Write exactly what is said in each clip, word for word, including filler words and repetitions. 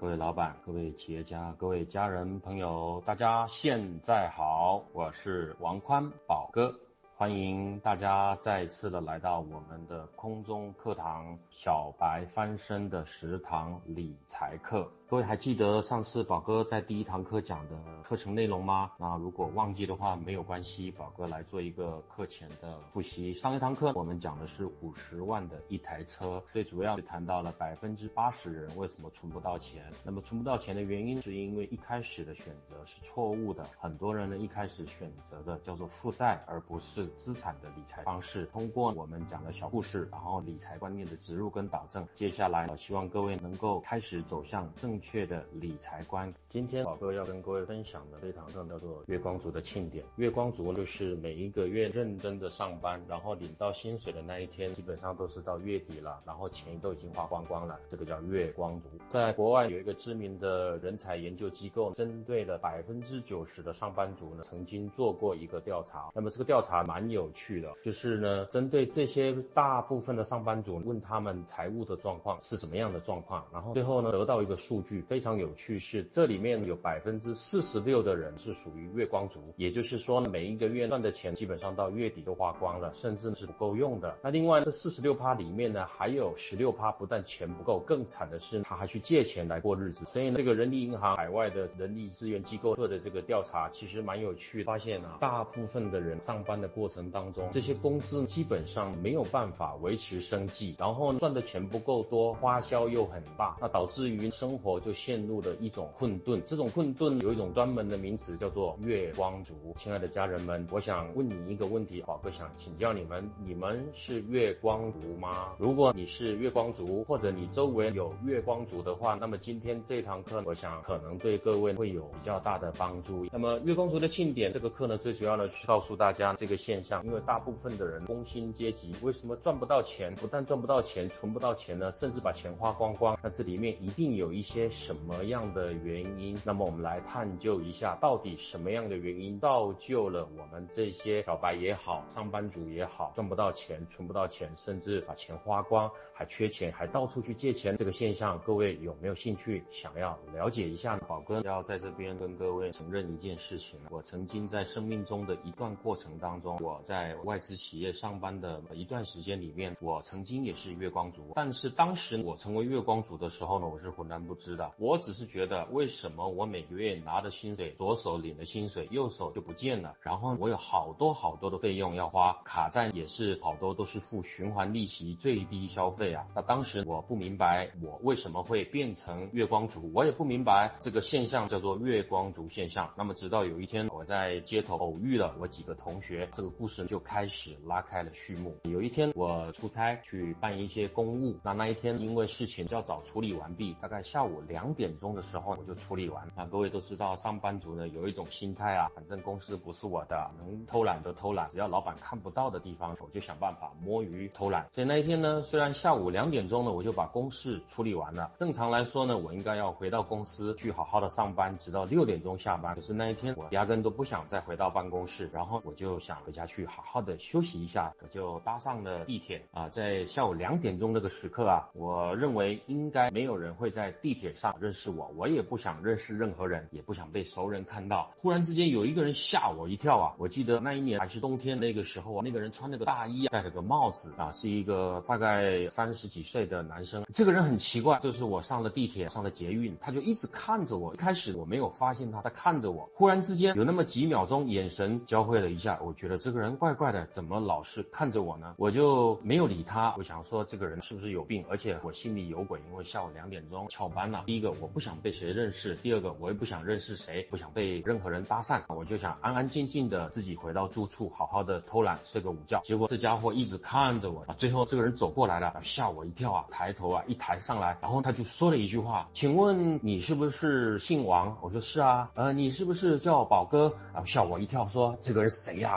各位老板、各位企业家、各位家人朋友，大家现在好，我是王宽宝哥，欢迎大家再次的来到我们的空中课堂小白翻身的十堂理财课。各位还记得上次宝哥在第一堂课讲的课程内容吗？那如果忘记的话没有关系，宝哥来做一个课前的复习。上一堂课我们讲的是五十万的一台车，最主要是谈到了百分之八十人为什么存不到钱。那么存不到钱的原因是因为一开始的选择是错误的，很多人呢一开始选择的叫做负债而不是资产的理财方式。通过我们讲的小故事，然后理财观念的植入跟导正，接下来呃希望各位能够开始走向正确的理财观。今天宝哥要跟各位分享的这一堂课叫做月光族的庆典。月光族就是每一个月认真的上班，然后领到薪水的那一天，基本上都是到月底了，然后钱都已经花光光了，这个叫月光族。在国外有一个知名的人才研究机构，针对了百分之九十的上班族呢，曾经做过一个调查。那么这个调查蛮有趣的，就是呢，针对这些大部分的上班族，问他们财务的状况是什么样的状况，然后最后呢，得到一个数据非常有趣，是这里面有百分之四十六的人是属于月光族，也就是说每一个月赚的钱基本上到月底都花光了，甚至是不够用的。那另外这 百分之四十六 里面呢，还有 百分之十六 不但钱不够，更惨的是他还去借钱来过日子。所以呢，这个人力银行海外的人力资源机构做的这个调查其实蛮有趣的，发现啊，大部分的人上班的过程当中，这些工资基本上没有办法维持生计，然后赚的钱不够多，花销又很大，那导致于生活就陷入了一种困顿。这种困顿有一种专门的名词叫做月光族。亲爱的家人们，我想问你一个问题，宝哥想请教你们，你们是月光族吗？如果你是月光族，或者你周围有月光族的话，那么今天这堂课我想可能对各位会有比较大的帮助。那么月光族的庆典这个课呢，最主要的是告诉大家这个现象，因为大部分的人工薪阶级为什么赚不到钱，不但赚不到钱，存不到钱呢，甚至把钱花光光，那这里面一定有一些什么样的原因。那么我们来探究一下，到底什么样的原因造就了我们这些小白也好，上班族也好，赚不到钱，存不到钱，甚至把钱花光，还缺钱，还到处去借钱，这个现象各位有没有兴趣想要了解一下呢？宝哥要在这边跟各位承认一件事情，我曾经在生命中的一段过程当中，我在外资企业上班的一段时间里面，我曾经也是月光族。但是当时我成为月光族的时候呢，我是浑然不知的。我只是觉得为什么我每个月拿的薪水，左手领的薪水，右手就不见了，然后我有好多好多的费用要花，卡债也是好多都是付循环利息，最低消费啊。那当时我不明白我为什么会变成月光族，我也不明白这个现象叫做月光族现象。那么直到有一天我在街头偶遇了我几个同学，这个故事就开始拉开了序幕。有一天我出差去办一些公务，那那一天因为事情较早处理完毕，大概下午两点钟的时候我就处理完。那各位都知道上班族呢有一种心态啊，反正公司不是我的，能偷懒的偷懒，只要老板看不到的地方我就想办法摸鱼偷懒。所以那一天呢，虽然下午两点钟呢我就把公事处理完了，正常来说呢我应该要回到公司去好好的上班，直到六点钟下班。可是那一天我压根都不想再回到办公室，然后我就想回家去好好的休息一下，我就搭上了地铁啊。在下午两点钟这个时刻啊，我认为应该没有人会在地铁上认识我，我也不想认识任何人，也不想被熟人看到。忽然之间有一个人吓我一跳啊！我记得那一年还是冬天那个时候啊，那个人穿了个大衣啊，戴了个帽子啊，是一个大概三十几岁的男生。这个人很奇怪，就是我上了地铁，上了捷运，他就一直看着我。一开始我没有发现他在看着我，忽然之间有那么几秒钟眼神交汇了一下，我觉得这个人怪怪的，怎么老是看着我呢？我就没有理他，我想说这个人是不是有病，而且我心里有鬼，因为下午两点钟翘班了。第一个我不想被谁认识，第二个我也不想认识谁，不想被任何人搭讪，我就想安安静静的自己回到住处，好好的偷懒睡个午觉。结果这家伙一直看着我啊，最后这个人走过来了，吓我一跳啊，抬头啊一抬上来，然后他就说了一句话，请问你是不是姓王？我说是啊。呃你是不是叫宝哥？啊吓我一跳，说这个人谁呀、啊？会不会是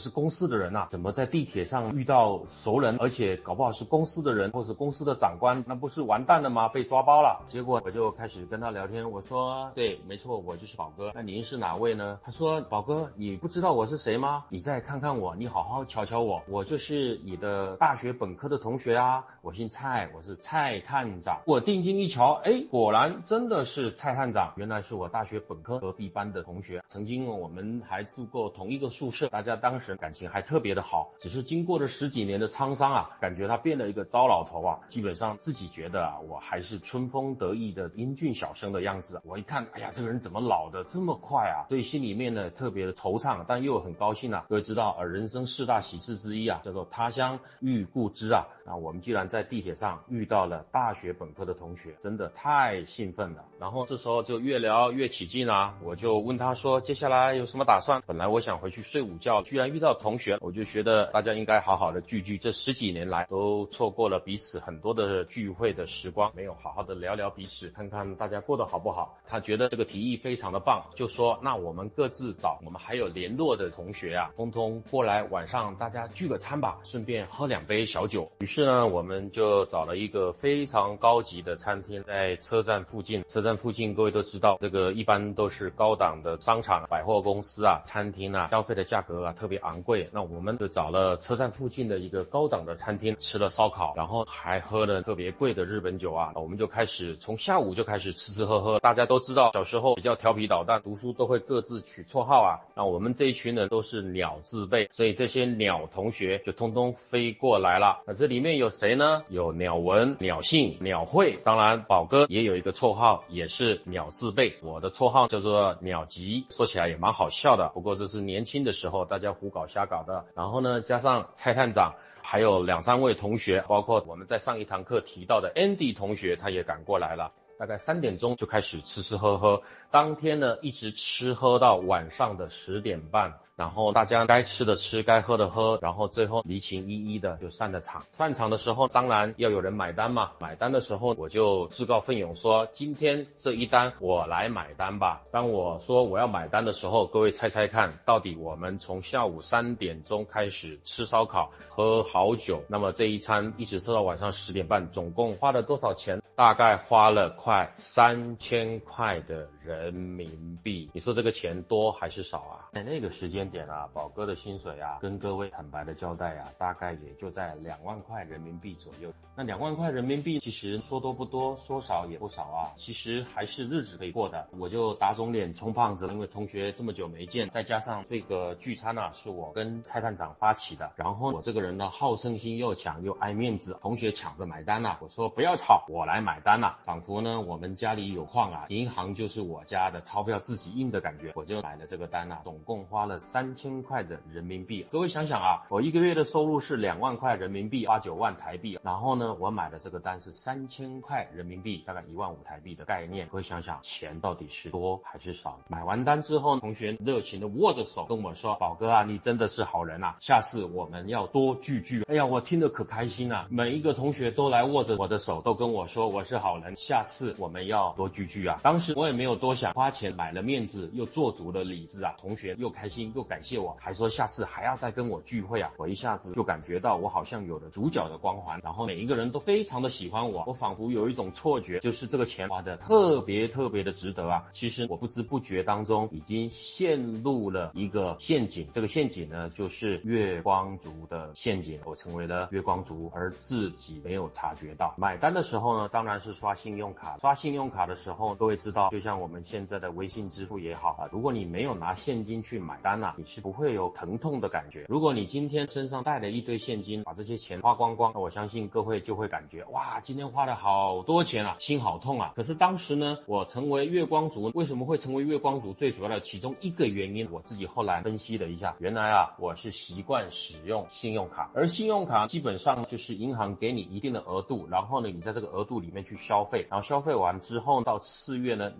是公司的人啊，怎么在地铁上遇到熟人，而且搞不好是公司的人或是公司的长官，那不是完蛋了吗？被抓包了。结果我就开始跟他聊天，我说对，没错，我就是宝哥，那您是哪位呢？他说宝哥，你不知道我是谁吗？你再看看我，你好好瞧瞧我，我就是你的大学本科的同学啊，我姓蔡，我是蔡探长。我定睛一瞧，哎，果然真的是蔡探长，原来是我大学本科隔壁班的同学，曾经我们还住过同一个宿舍，大家当时感情还特别的好，只是经过了十几年的沧桑啊，感觉他变了一个糟老头啊，基本上自己觉得啊，我还是春风得意的英俊小生的样子。我一看，哎呀，这个人怎么老得这么快啊？所以心里面呢特别的惆怅，但又很高兴啊。各位知道，呃，人生四大喜事之一啊，叫做他乡遇故知啊。那我们既然在地铁上遇到了大学本科的同学，真的太兴奋了。然后这时候就越聊越起劲啊，我就问他说，接下来有什么打算？本来我想回去睡午觉，居然遇到同学，我就觉得大家应该好好的聚聚。这十几年来都错过了彼此很多的聚会的时光，没有好好的聊聊彼此，看看大家过得好不好。他觉得这个提议非常的棒，就说那我们各自找我们还有联络的同学啊，通通过来晚上大家聚个餐吧，顺便喝两杯小酒。于是呢，我们就找了一个非常高级的餐厅，在车站附近。车站附近各位都知道，这个一般都是高档的商场、百货公司啊、餐厅啊，消费的价格啊特别昂贵。那我们就找了车站附近的一个高档的餐厅，吃了烧烤，然后还喝了特别贵的日本酒啊。我们就开始从下午就开始吃吃喝喝。大家都知道，小时候比较调皮捣蛋，读书都会各自取绰号啊。那我们这一群人都是鸟字辈，所以这些鸟同学就通通飞过来了。那这里面有谁呢？有鸟文、鸟信、鸟慧，当然宝哥也有一个绰号，也是鸟字辈。我的绰号叫做鸟吉，说起来也蛮好笑的，不过这是年轻的时候大家胡搞瞎搞的。然后呢，加上蔡探长，还有两三位同学，包括我们在上一堂课提到的 Andy 同学，他也赶过来了。大概三点钟就开始吃吃喝喝，当天呢一直吃喝到晚上的十点半，然后大家该吃的吃，该喝的喝，然后最后离情依依的就散了场。散场的时候当然要有人买单嘛，买单的时候我就自告奋勇说，今天这一单我来买单吧。当我说我要买单的时候，各位猜猜看，到底我们从下午三点钟开始吃烧烤喝好酒，那么这一餐一直吃到晚上十点半，总共花了多少钱？大概花了快三千块的人民币。你说这个钱多还是少啊？在那个时间点啊，宝哥的薪水啊，跟各位坦白的交代啊，大概也就在两万块人民币左右。那两万块人民币其实说多不多，说少也不少啊，其实还是日子可以过的。我就打肿脸充胖子，因为同学这么久没见，再加上这个聚餐啊是我跟蔡探长发起的，然后我这个人呢好胜心又强又爱面子，同学抢着买单啊，我说不要吵，我来买单啊，仿佛呢我们家里有矿啊，银行就是我家的，钞票自己印的感觉。我就买了这个单啊，总共花了三千块的人民币。各位想想啊，我一个月的收入是两万块人民币，八九万台币，然后呢我买的这个单是三千块人民币，大概一万五台币的概念。各位想想钱到底是多还是少？买完单之后，同学热情的握着手跟我说，宝哥啊，你真的是好人啊，下次我们要多聚聚。哎呀，我听得可开心啊，每一个同学都来握着我的手，都跟我说我是好人，下次我们要多聚聚啊。当时我也没有多想，花钱买了面子，又做足了理智啊，同学又开心又感谢我，还说下次还要再跟我聚会啊。我一下子就感觉到我好像有了主角的光环，然后每一个人都非常的喜欢我，我仿佛有一种错觉，就是这个钱花的特别特别的值得啊。其实我不知不觉当中已经陷入了一个陷阱，这个陷阱呢就是月光族的陷阱，我成为了月光族而自己没有察觉到。买单的时候呢当然是刷信用卡，刷信用卡的时候各位知道，就像我们现在的微信支付也好啊，如果你没有拿现金去买单啊，你是不会有疼痛的感觉。如果你今天身上带了一堆现金，把这些钱花光光，那我相信各位就会感觉哇，今天花了好多钱啊，心好痛啊。可是当时呢我成为月光族，为什么会成为月光族？最主要的其中一个原因，我自己后来分析了一下，原来啊我是习惯使用信用卡，而信用卡基本上就是银行给你一定的额度，然后呢你在这个额度里面去消费，然后消费完之后到次月呢你再来买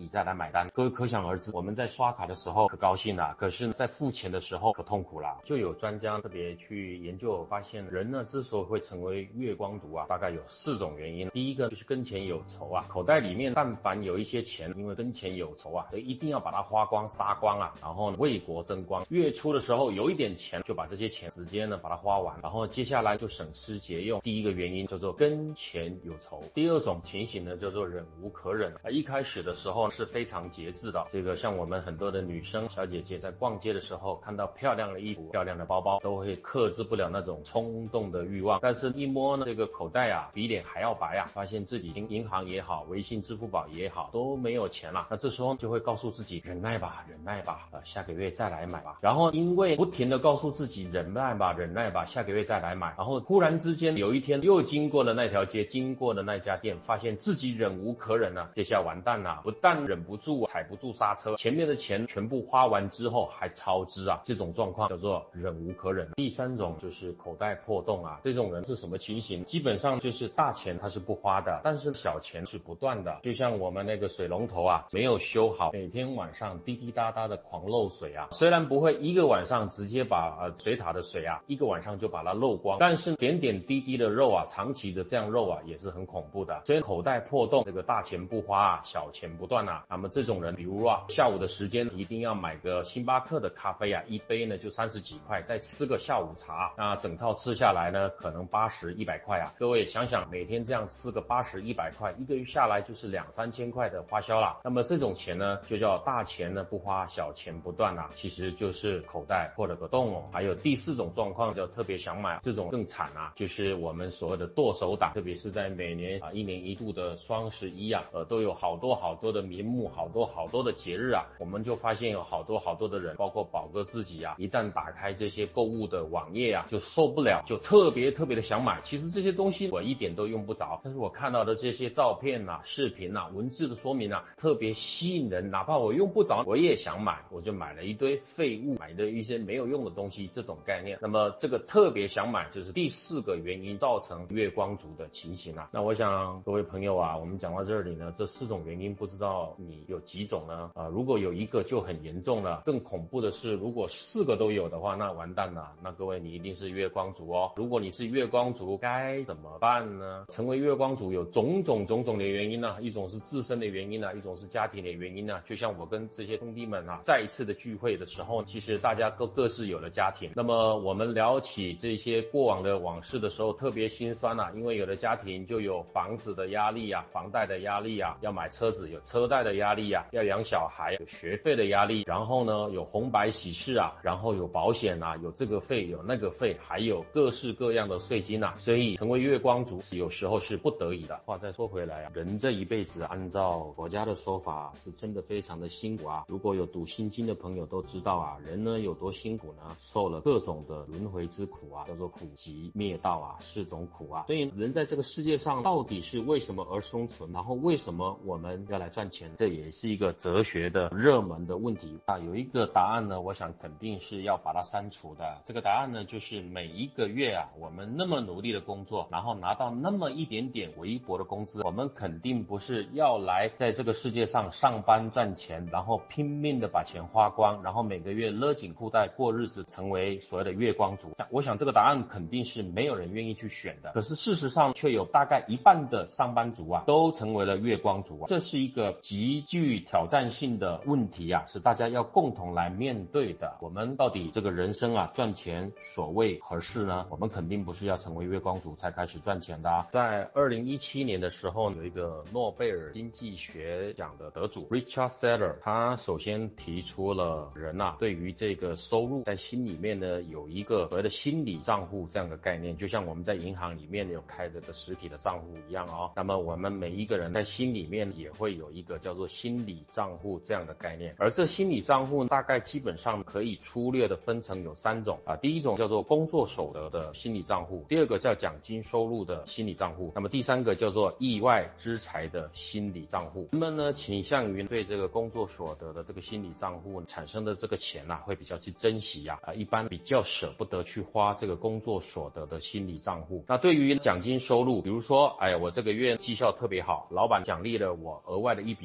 买单。各位可想而知，我们在刷卡的时候可高兴啦，可是在付钱的时候可痛苦啦。就有专家特别去研究发现，人呢之所以会成为月光族啊，大概有四种原因。第一个就是跟钱有仇啊，口袋里面但凡有一些钱，因为跟钱有仇啊，所以一定要把它花光撒光啊，然后呢为国争光。月初的时候有一点钱，就把这些钱直接呢把它花完，然后接下来就省吃节用。第一个原因叫做跟钱有仇。第二种情形呢叫做忍无可忍啊，一开始的时候是非常节制的。这个像我们很多的女生小姐姐在逛街的时候，看到漂亮的衣服、漂亮的包包，都会克制不了那种冲动的欲望。但是一摸呢这个口袋啊，比脸还要白啊，发现自己银行也好，微信、支付宝也好，都没有钱了。那这时候就会告诉自己忍耐吧，忍耐吧，呃，下个月再来买吧。然后因为不停的告诉自己忍耐吧，忍耐吧，下个月再来买。然后忽然之间有一天又经过了那条街，经过了那家店，发现自己忍无可忍了，这下完蛋了，不但忍不住，踩不住刹车，前面的钱全部花完之后还超支啊，这种状况叫做忍无可忍。第三种就是口袋破洞啊，这种人是什么情形？基本上就是大钱他是不花的，但是小钱是不断的。就像我们那个水龙头啊，没有修好，每天晚上滴滴答答的狂漏水啊，虽然不会一个晚上直接把呃水塔的水啊一个晚上就把它漏光，但是点点滴滴的漏啊，长期的这样漏啊也是很恐怖的。所以口袋破洞，这个大钱不花啊，小钱不断啊，那么这种人，比如啊下午的时间一定要买个星巴克的咖啡啊，一杯呢就三十几块，再吃个下午茶，那整套吃下来呢可能八十一百块啊。各位想想，每天这样吃个八十一百块，一个月下来就是两三千块的花销啦。那么这种钱呢，就叫大钱呢不花，小钱不断啊，其实就是口袋破了个洞哦。还有第四种状况叫特别想买，这种更惨啊，就是我们所谓的剁手党，特别是在每年啊一年一度的双十一啊，呃都有好多好多的名目，好多好多的节日啊，我们就发现有好多好多的人，包括宝哥自己啊，一旦打开这些购物的网页啊，就受不了，就特别特别的想买。其实这些东西我一点都用不着，但是我看到的这些照片啊、视频啊、文字的说明啊，特别吸引人，哪怕我用不着，我也想买，我就买了一堆废物，买的一些没有用的东西，这种概念。那么这个特别想买就是第四个原因造成月光族的情形啊。那我想各位朋友啊，我们讲到这里呢，这四种原因不知道你有几种呢？啊、呃，如果有一个就很严重了，更恐怖的是，如果四个都有的话，那完蛋了。那各位你一定是月光族哦。如果你是月光族，该怎么办呢？成为月光族有种种种种的原因啊，一种是自身的原因啊，一种是家庭的原因啊。就像我跟这些兄弟们啊，再一次的聚会的时候，其实大家都各自有了家庭。那么我们聊起这些过往的往事的时候，特别心酸啊，因为有的家庭就有房子的压力啊，房贷的压力啊，要买车子有车贷的压力啊，要养小孩有学费的压力，然后呢有红白喜事啊，然后有保险啊，有这个费有那个费，还有各式各样的税金啊，所以成为月光族有时候是不得已的。话再说回来啊，人这一辈子按照佛家的说法是真的非常的辛苦啊。如果有读心经的朋友都知道啊，人呢有多辛苦呢？受了各种的轮回之苦啊，叫做苦集灭道啊，四种苦啊。所以人在这个世界上到底是为什么而生存，然后为什么我们要来赚钱，这也是一个哲学的热门的问题啊。有一个答案呢，我想肯定是要把它删除的。这个答案呢，就是每一个月啊，我们那么努力的工作，然后拿到那么一点点微薄的工资，我们肯定不是要来在这个世界上上班赚钱，然后拼命的把钱花光，然后每个月勒紧裤带过日子，成为所谓的月光族。我想这个答案肯定是没有人愿意去选的。可是事实上却有大概一半的上班族啊，都成为了月光族啊。这是一个极具挑战性的问题啊，是大家要共同来面对的。我们到底这个人生啊，赚钱所谓何事呢？我们肯定不是要成为月光族才开始赚钱的啊。在二零一七年的时候，有一个诺贝尔经济学奖的得主 Richard Thaler， 他首先提出了人啊对于这个收入在心里面呢有一个所谓的心理账户这样的概念，就像我们在银行里面有开着的实体的账户一样哦。那么我们每一个人在心里面也会有一个叫做心理账户这样的概念，而这心理账户大概基本上可以粗略的分成有三种啊。第一种叫做工作所得的心理账户，第二个叫奖金收入的心理账户，那么第三个叫做意外之财的心理账户。人们呢倾向于对这个工作所得的这个心理账户产生的这个钱啊，会比较去珍惜啊，啊一般比较舍不得去花这个工作所得的心理账户。那对于奖金收入，比如说，哎呀，我这个月绩效特别好，老板奖励了我额外的一笔钱，那这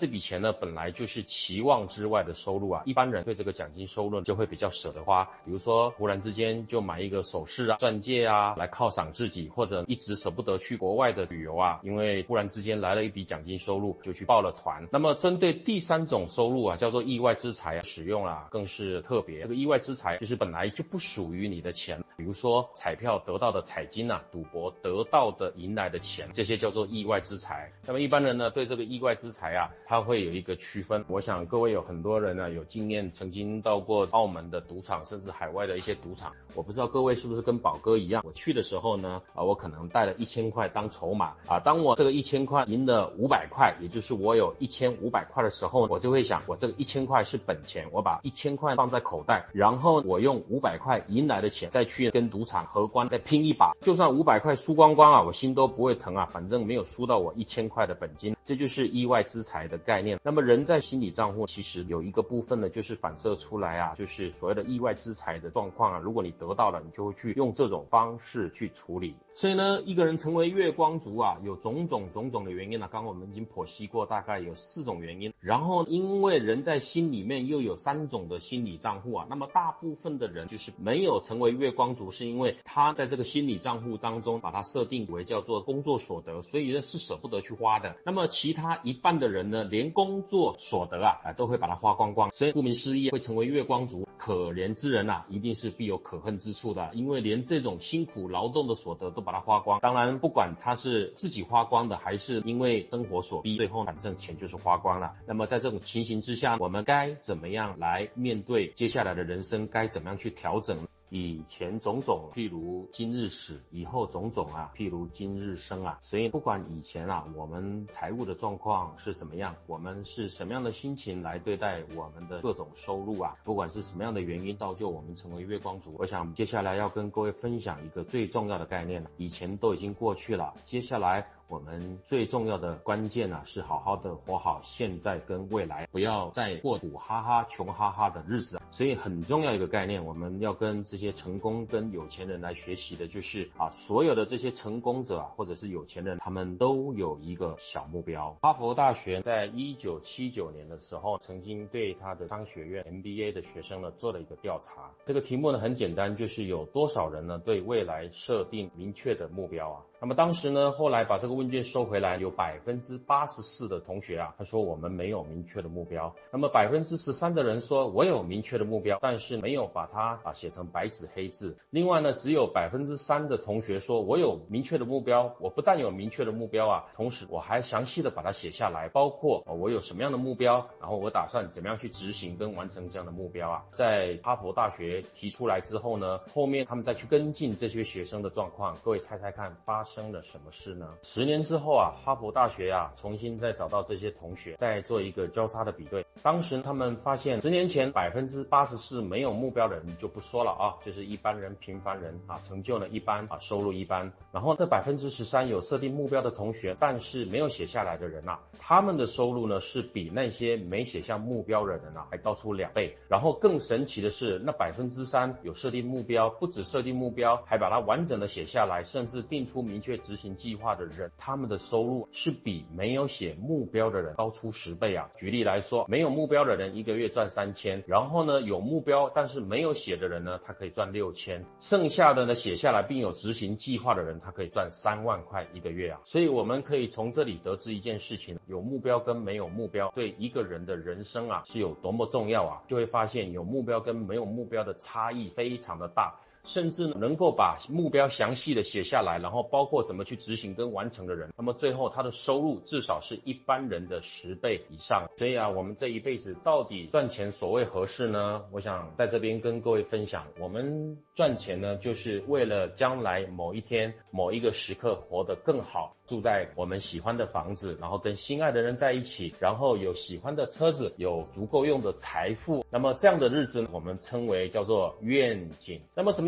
笔钱呢本来就是期望之外的收入啊，一般人对这个奖金收入就会比较舍得花，比如说忽然之间就买一个首饰啊、钻戒啊来犒赏自己，或者一直舍不得去国外的旅游啊，因为忽然之间来了一笔奖金收入就去报了团。那么针对第三种收入啊，叫做意外之财啊，使用啊更是特别。这个意外之财就是本来就不属于你的钱，比如说彩票得到的彩金啊，赌博得到的赢来的钱，这些叫做意外之财。那么一般人呢对这个意外之财啊，他会有一个区分。我想各位有很多人呢有经验，曾经到过澳门的赌场，甚至海外的一些赌场。我不知道各位是不是跟宝哥一样，我去的时候呢，啊，我可能带了一千块当筹码啊，当我这个一千块赢了五百块，也就是我有一千五百块的时候，我就会想，我这个一千块是本钱，我把一千块放在口袋，然后我用五百块赢来的钱再去跟赌场荷官再拼一把，就算五百块输光光啊，我心都不会疼啊，反正没有输到我一千块的本金。这就是意外之财的概念。那么人在心理账户其实有一个部分呢，就是反射出来啊，就是所谓的意外之财的状况啊，如果你得到了，你就会去用这种方式去处理。所以呢，一个人成为月光族啊，有种种种种的原因啊，刚刚我们已经剖析过，大概有四种原因。然后因为人在心里面又有三种的心理账户啊，那么大部分的人就是没有成为月光族，是因为他在这个心理账户当中把它设定为叫做工作所得，所以呢是舍不得去花的。那么其他一半的人呢，连工作所得啊，啊都会把它花光光，所以顾名思义会成为月光族。可怜之人啊，一定是必有可恨之处的，因为连这种辛苦劳动的所得都把它花光。当然不管他是自己花光的，还是因为生活所逼，最后反正钱就是花光了。那么在这种情形之下，我们该怎么样来面对接下来的人生，该怎么样去调整？以前种种，譬如今日死，以后种种啊，譬如今日生啊。所以不管以前啊，我们财务的状况是什么样，我们是什么样的心情来对待我们的各种收入啊，不管是什么样的原因造就我们成为月光族，我想接下来要跟各位分享一个最重要的概念，以前都已经过去了，接下来我们最重要的关键啊，是好好的活好现在跟未来，不要再过苦哈哈穷哈哈的日子。所以很重要一个概念，我们要跟这些成功跟有钱人来学习的，就是啊，所有的这些成功者啊，或者是有钱人，他们都有一个小目标。哈佛大学在一九七九年的时候，曾经对他的商学院 M B A 的学生呢做了一个调查。这个题目呢很简单，就是有多少人呢对未来设定明确的目标啊？那么当时呢，后来把这个问卷收回来，有百分之八十四的同学啊，他说我们没有明确的目标。那么百分之十三的人说我有明确的目标，但是没有把它啊写成白纸黑字。另外呢，只有百分之三的同学说我有明确的目标，我不但有明确的目标啊，同时我还详细的把它写下来，包括、哦、我有什么样的目标，然后我打算怎么样去执行跟完成这样的目标啊。在哈佛大学提出来之后呢，后面他们再去跟进这些学生的状况，各位猜猜看发生了什么事呢？十年之后啊，哈佛大学啊重新再找到这些同学，再做一个交叉的比对。当时他们发现，十年前百分之八十四没有目标的人就不说了啊，就是一般人、平凡人啊，成就呢一般啊，收入一般。然后这百分之十三有设定目标的同学，但是没有写下来的人啊，他们的收入呢是比那些没写下目标的人啊还高出两倍。然后更神奇的是，那百分之三有设定目标，不止设定目标，还把它完整的写下来，甚至定出明确执行计划的人，他们的收入是比没有写目标的人高出十倍啊！举例来说，没有目标的人一个月赚三千，然后呢有目标但是没有写的人呢，他可以赚六千，剩下的呢写下来并有执行计划的人，他可以赚三万块一个月啊！所以我们可以从这里得知一件事情，有目标跟没有目标对一个人的人生啊是有多么重要啊！就会发现有目标跟没有目标的差异非常的大。甚至能够把目标详细的写下来，然后包括怎么去执行跟完成的人，那么最后他的收入至少是一般人的十倍以上。所以啊，我们这一辈子到底赚钱所谓何事呢？我想在这边跟各位分享，我们赚钱呢，就是为了将来某一天某一个时刻活得更好，住在我们喜欢的房子，然后跟心爱的人在一起，然后有喜欢的车子，有足够用的财富。那么这样的日子我们称为叫做愿景。那么什么叫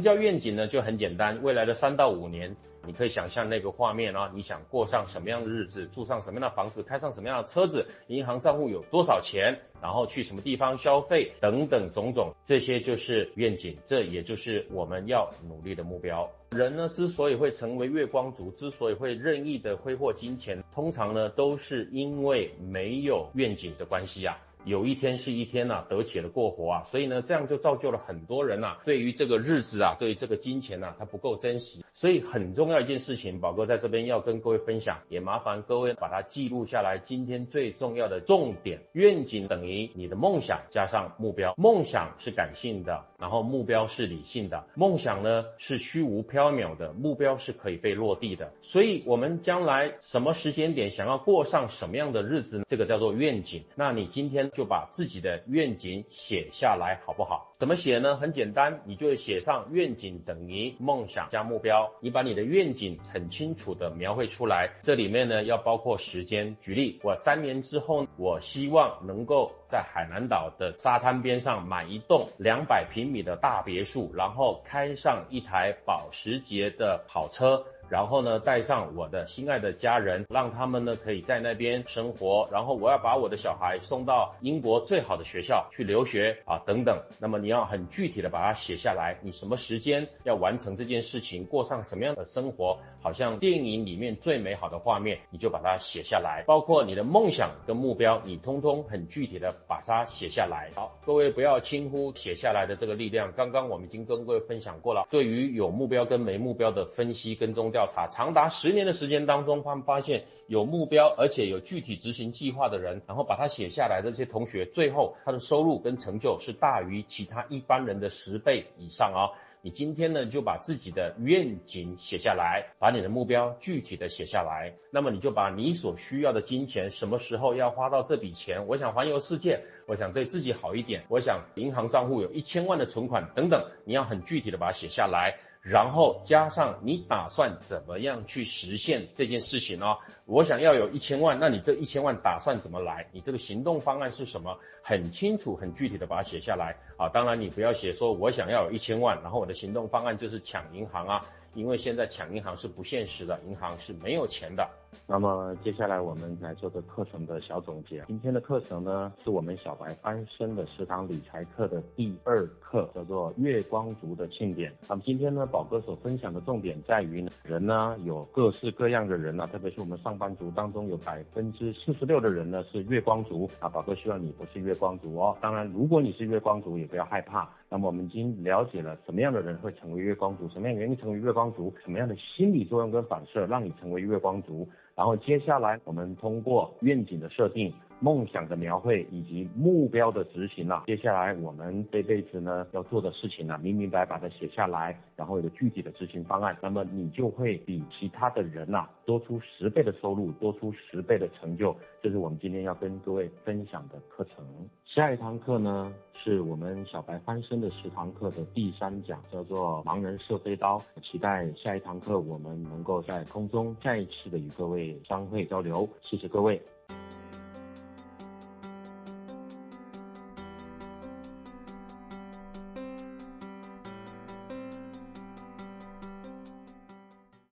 叫愿景呢？就很简单，未来的三到五年，你可以想象那个画面啊，你想过上什么样的日子，住上什么样的房子，开上什么样的车子，银行账户有多少钱，然后去什么地方消费等等种种，这些就是愿景，这也就是我们要努力的目标。人呢，之所以会成为月光族，之所以会任意的挥霍金钱，通常呢都是因为没有愿景的关系啊。有一天是一天啊，得且的过活啊，所以呢，这样就造就了很多人啊，对于这个日子啊，对于这个金钱啊，他不够珍惜。所以很重要一件事情，宝哥在这边要跟各位分享，也麻烦各位把它记录下来。今天最重要的重点，愿景等于你的梦想加上目标。梦想是感性的，然后目标是理性的。梦想呢是虚无缥缈的，目标是可以被落地的。所以我们将来什么时间点想要过上什么样的日子呢？这个叫做愿景。那你今天就把自己的愿景写下来好不好？怎么写呢？很简单，你就写上愿景等于梦想加目标。你把你的愿景很清楚的描绘出来，这里面呢要包括时间。举例，我三年之后，我希望能够在海南岛的沙滩边上买一栋两百平米的大别墅，然后开上一台保时捷的跑车，然后呢带上我的心爱的家人，让他们呢可以在那边生活，然后我要把我的小孩送到英国最好的学校去留学啊等等。那么你要很具体的把它写下来，你什么时间要完成这件事情，过上什么样的生活，好像电影里面最美好的画面，你就把它写下来。包括你的梦想跟目标，你通通很具体的把它写下来。好，各位不要轻忽写下来的这个力量。刚刚我们已经跟各位分享过了，对于有目标跟没目标的分析跟踪调查，长达十年的时间当中，他们发现有目标而且有具体执行计划的人，然后把它写下来的这些同学，最后他的收入跟成就是大于其他一般人的十倍以上啊。你今天呢就把自己的愿景写下来，把你的目标具体的写下来，那么你就把你所需要的金钱，什么时候要花到这笔钱，我想环游世界，我想对自己好一点，我想银行账户有一千万的存款等等，你要很具体的把它写下来，然后加上你打算怎么样去实现这件事情哦。我想要有一千万，那你这一千万打算怎么来？你这个行动方案是什么？很清楚很具体的把它写下来啊。当然你不要写说我想要有一千万，然后我的行动方案就是抢银行啊，因为现在抢银行是不现实的，银行是没有钱的。 那么接下来我们来做个课程的小总结。今天的课程呢，是我们小白翻身的十堂理财课的第二课，叫做月光族的庆典。那么今天呢，宝哥所分享的重点在于呢，人呢有各式各样的人啊，特别是我们上班族当中有百分之四十六的人呢是月光族啊。宝哥希望你不是月光族哦。当然，如果你是月光族，也不要害怕。那么我们已经了解了什么样的人会成为月光族，什么样的原因成为月光族，什么样的心理作用跟反射让你成为月光族。然后接下来我们通过愿景的设定、梦想的描绘以及目标的执行啊，接下来我们这辈子呢要做的事情呢、啊，明明白白的写下来，然后有个具体的执行方案，那么你就会比其他的人啊多出十倍的收入，多出十倍的成就。这是我们今天要跟各位分享的课程。下一堂课呢，是我们小白翻身的十堂课的第三讲，叫做盲人射飞刀。期待下一堂课我们能够在空中再一次的与各位相会交流。谢谢各位。